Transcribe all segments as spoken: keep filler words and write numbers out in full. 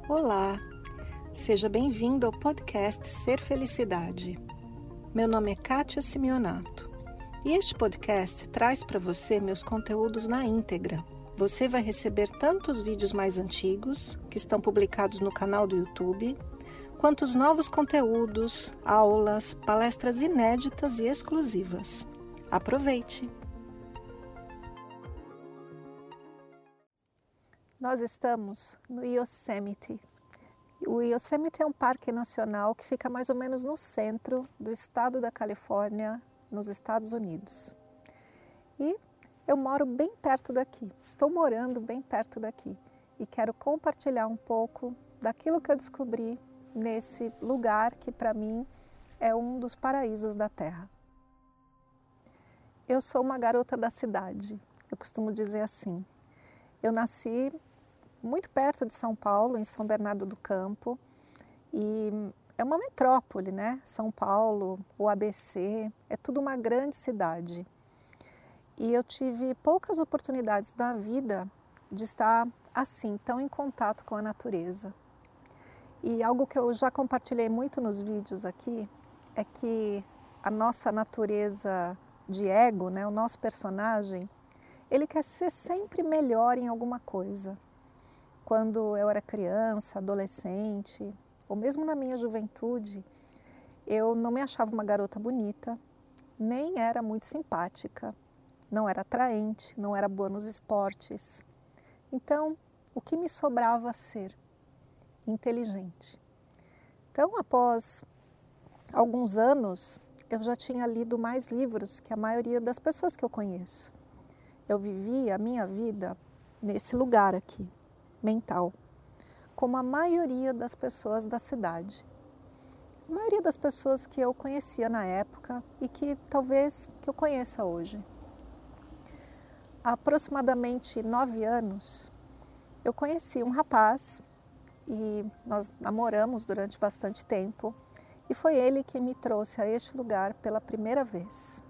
Olá, seja bem-vindo ao podcast Ser Felicidade. Meu nome é Kátia Simeonato e este podcast traz para você meus conteúdos na íntegra. Você vai receber tanto os vídeos mais antigos, que estão publicados no canal do YouTube, quanto os novos conteúdos, aulas, palestras inéditas e exclusivas. Aproveite! Nós estamos no Yosemite. O Yosemite é um parque nacional que fica mais ou menos no centro do estado da Califórnia, nos Estados Unidos. E eu moro bem perto daqui, estou morando bem perto daqui e quero compartilhar um pouco daquilo que eu descobri nesse lugar que para mim é um dos paraísos da Terra. Eu sou uma garota da cidade, eu costumo dizer assim. Eu nasci muito perto de São Paulo, em São Bernardo do Campo, e é uma metrópole, né? São Paulo, o A B C, é tudo uma grande cidade. E eu tive poucas oportunidades na vida de estar assim, tão em contato com a natureza. E algo que eu já compartilhei muito nos vídeos aqui é que a nossa natureza de ego, né? O nosso personagem, ele quer ser sempre melhor em alguma coisa. Quando eu era criança, adolescente, ou mesmo na minha juventude, eu não me achava uma garota bonita, nem era muito simpática, não era atraente, não era boa nos esportes. Então, o que me sobrava ser? Inteligente. Então, após alguns anos, eu já tinha lido mais livros que a maioria das pessoas que eu conheço. Eu vivia a minha vida nesse lugar aqui, mental, como a maioria das pessoas da cidade. A maioria das pessoas que eu conhecia na época e que talvez que eu conheça hoje. Há aproximadamente nove anos, eu conheci um rapaz e nós namoramos durante bastante tempo e foi ele que me trouxe a este lugar pela primeira vez.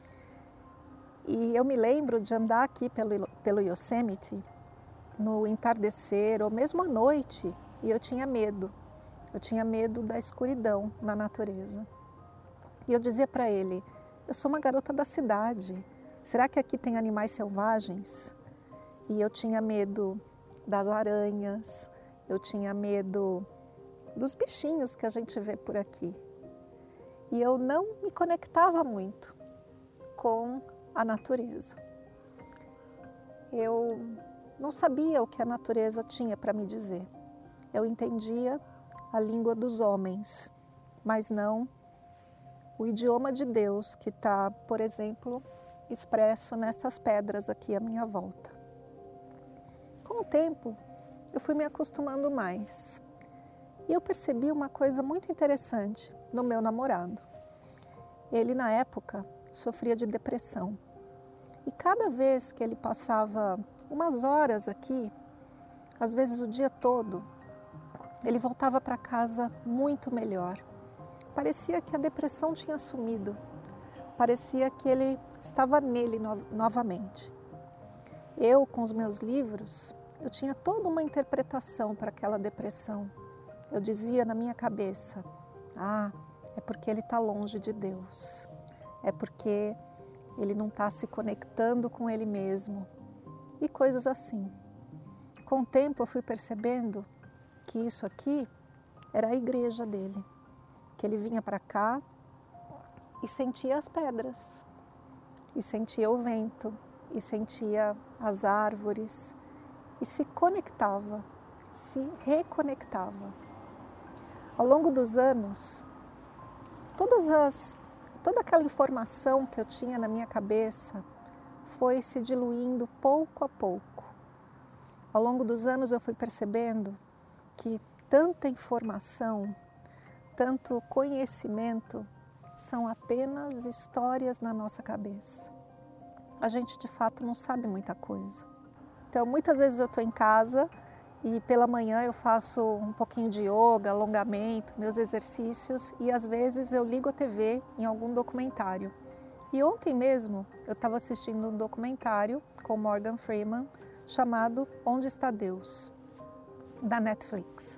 E eu me lembro de andar aqui pelo, pelo Yosemite no entardecer ou mesmo à noite e eu tinha medo. Eu tinha medo da escuridão na natureza. E eu dizia para ele, eu sou uma garota da cidade, será que aqui tem animais selvagens? E eu tinha medo das aranhas, eu tinha medo dos bichinhos que a gente vê por aqui. E eu não me conectava muito com a natureza. Eu não sabia o que a natureza tinha para me dizer. Eu entendia a língua dos homens, mas não o idioma de Deus que está, por exemplo, expresso nessas pedras aqui à minha volta. Com o tempo, eu fui me acostumando mais. E eu percebi uma coisa muito interessante no meu namorado. Ele, na época, sofria de depressão. E cada vez que ele passava umas horas aqui, às vezes o dia todo, ele voltava para casa muito melhor. Parecia que a depressão tinha sumido. Parecia que ele estava nele no- novamente. Eu, com os meus livros, eu tinha toda uma interpretação para aquela depressão. Eu dizia na minha cabeça, ah, é porque ele está longe de Deus. É porque ele não está se conectando com ele mesmo. E coisas assim. Com o tempo eu fui percebendo que isso aqui era a igreja dele. Que ele vinha para cá e sentia as pedras. E sentia o vento. E sentia as árvores. E se conectava. Se reconectava. Ao longo dos anos, todas as, toda aquela informação que eu tinha na minha cabeça foi se diluindo pouco a pouco. Ao longo dos anos eu fui percebendo que tanta informação, tanto conhecimento são apenas histórias na nossa cabeça. A gente de fato não sabe muita coisa. Então muitas vezes eu estou em casa e pela manhã eu faço um pouquinho de yoga, alongamento, meus exercícios e às vezes eu ligo a T V em algum documentário. E ontem mesmo eu estava assistindo um documentário com Morgan Freeman chamado Onde Está Deus, da Netflix.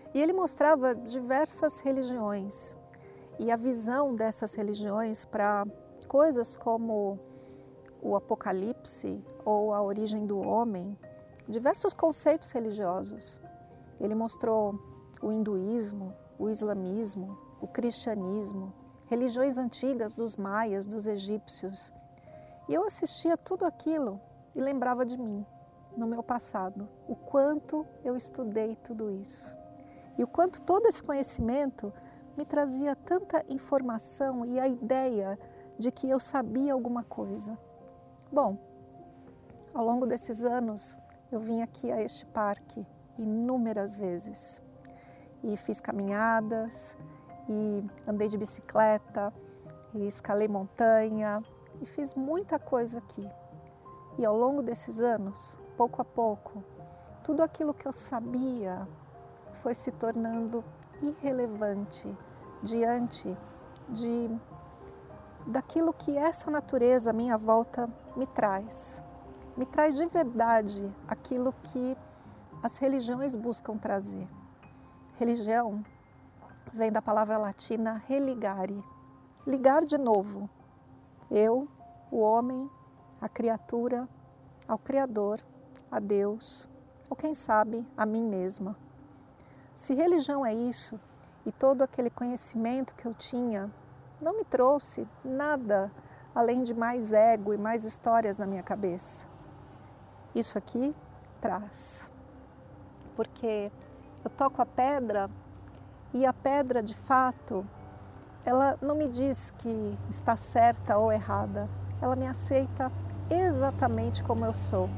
E ele mostrava diversas religiões e a visão dessas religiões para coisas como o Apocalipse ou a origem do homem, diversos conceitos religiosos. Ele mostrou o hinduísmo, o islamismo, o cristianismo, religiões antigas dos maias, dos egípcios. E eu assistia tudo aquilo e lembrava de mim, no meu passado, o quanto eu estudei tudo isso. E o quanto todo esse conhecimento me trazia tanta informação e a ideia de que eu sabia alguma coisa. Bom, ao longo desses anos, eu vim aqui a este parque inúmeras vezes. E fiz caminhadas, e andei de bicicleta, e escalei montanha, e fiz muita coisa aqui. E ao longo desses anos, pouco a pouco, tudo aquilo que eu sabia foi se tornando irrelevante diante de, daquilo que essa natureza à minha volta me traz. Me traz de verdade aquilo que as religiões buscam trazer. Religião vem da palavra latina religare, ligar de novo. Eu, o homem, a criatura, ao Criador, a Deus, ou quem sabe, a mim mesma. Se religião é isso, e todo aquele conhecimento que eu tinha não me trouxe nada além de mais ego e mais histórias na minha cabeça, isso aqui traz. Porque eu toco a pedra e a pedra, de fato, ela não me diz que está certa ou errada. Ela me aceita exatamente como eu sou.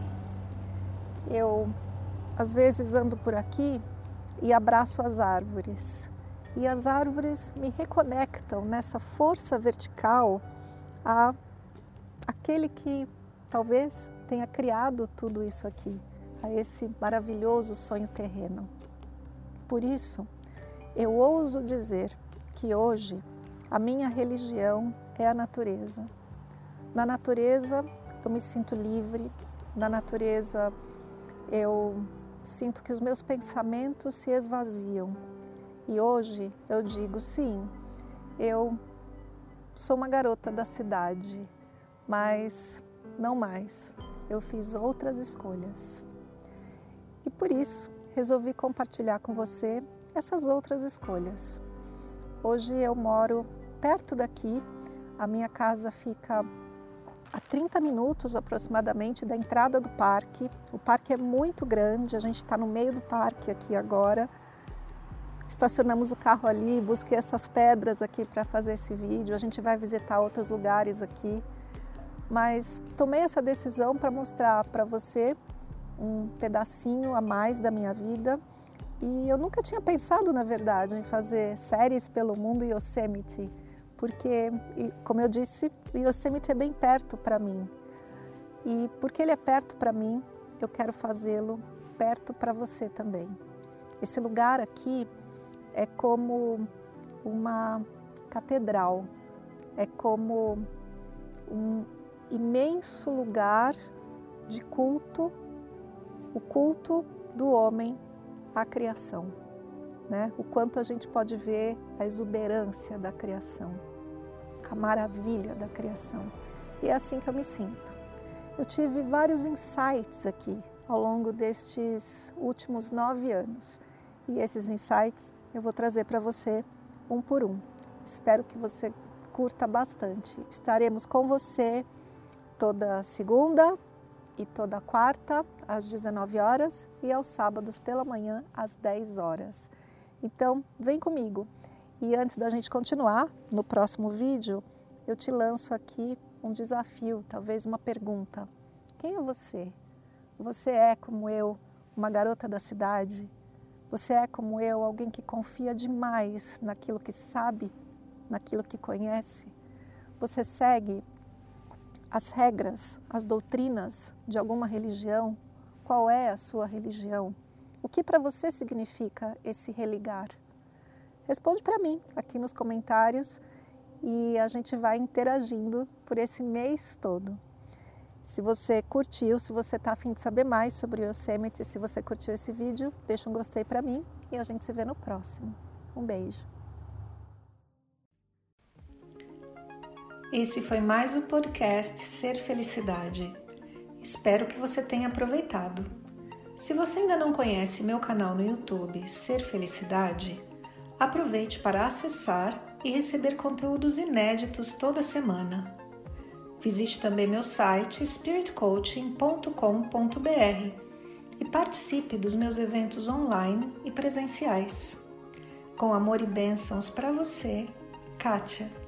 Eu, às vezes, ando por aqui e abraço as árvores. E as árvores me reconectam nessa força vertical a aquele que talvez tenha criado tudo isso aqui, a esse maravilhoso sonho terreno. Por isso, eu ouso dizer que hoje a minha religião é a natureza. Na natureza eu me sinto livre, na natureza eu sinto que os meus pensamentos se esvaziam. E hoje eu digo sim, eu sou uma garota da cidade, mas não mais. Eu fiz outras escolhas. E por isso resolvi compartilhar com você essas outras escolhas. Hoje eu moro perto daqui, a minha casa fica a trinta minutos aproximadamente da entrada do parque. O parque é muito grande, a gente está no meio do parque aqui agora. Estacionamos o carro ali, busquei essas pedras aqui para fazer esse vídeo. A gente vai visitar outros lugares aqui. Mas tomei essa decisão para mostrar para você um pedacinho a mais da minha vida. E eu nunca tinha pensado, na verdade, em fazer séries pelo mundo Yosemite. Porque, como eu disse, o Yosemite é bem perto para mim. E porque ele é perto para mim, eu quero fazê-lo perto para você também. Esse lugar aqui é como uma catedral, é como um imenso lugar de culto, o culto do homem à criação, né? O quanto a gente pode ver a exuberância da criação, a maravilha da criação. E é assim que eu me sinto. Eu tive vários insights aqui ao longo destes últimos nove anos. E esses insights eu vou trazer para você um por um. Espero que você curta bastante. Estaremos com você toda segunda e toda quarta às dezenove horas e aos sábados pela manhã às dez horas. Então, vem comigo. E antes da gente continuar, no próximo vídeo, eu te lanço aqui um desafio, talvez uma pergunta. Quem é você? Você é, como eu, uma garota da cidade? Você é, como eu, alguém que confia demais naquilo que sabe, naquilo que conhece? Você segue as regras, as doutrinas de alguma religião? Qual é a sua religião? O que para você significa esse religar? Responde para mim aqui nos comentários e a gente vai interagindo por esse mês todo. Se você curtiu, se você está a fim de saber mais sobre o Yosemite, se você curtiu esse vídeo, deixa um gostei para mim e a gente se vê no próximo. Um beijo. Esse foi mais o podcast Ser Felicidade. Espero que você tenha aproveitado. Se você ainda não conhece meu canal no YouTube Ser Felicidade, aproveite para acessar e receber conteúdos inéditos toda semana. Visite também meu site spirit coaching ponto com ponto b r e participe dos meus eventos online e presenciais. Com amor e bênçãos para você, Kátia.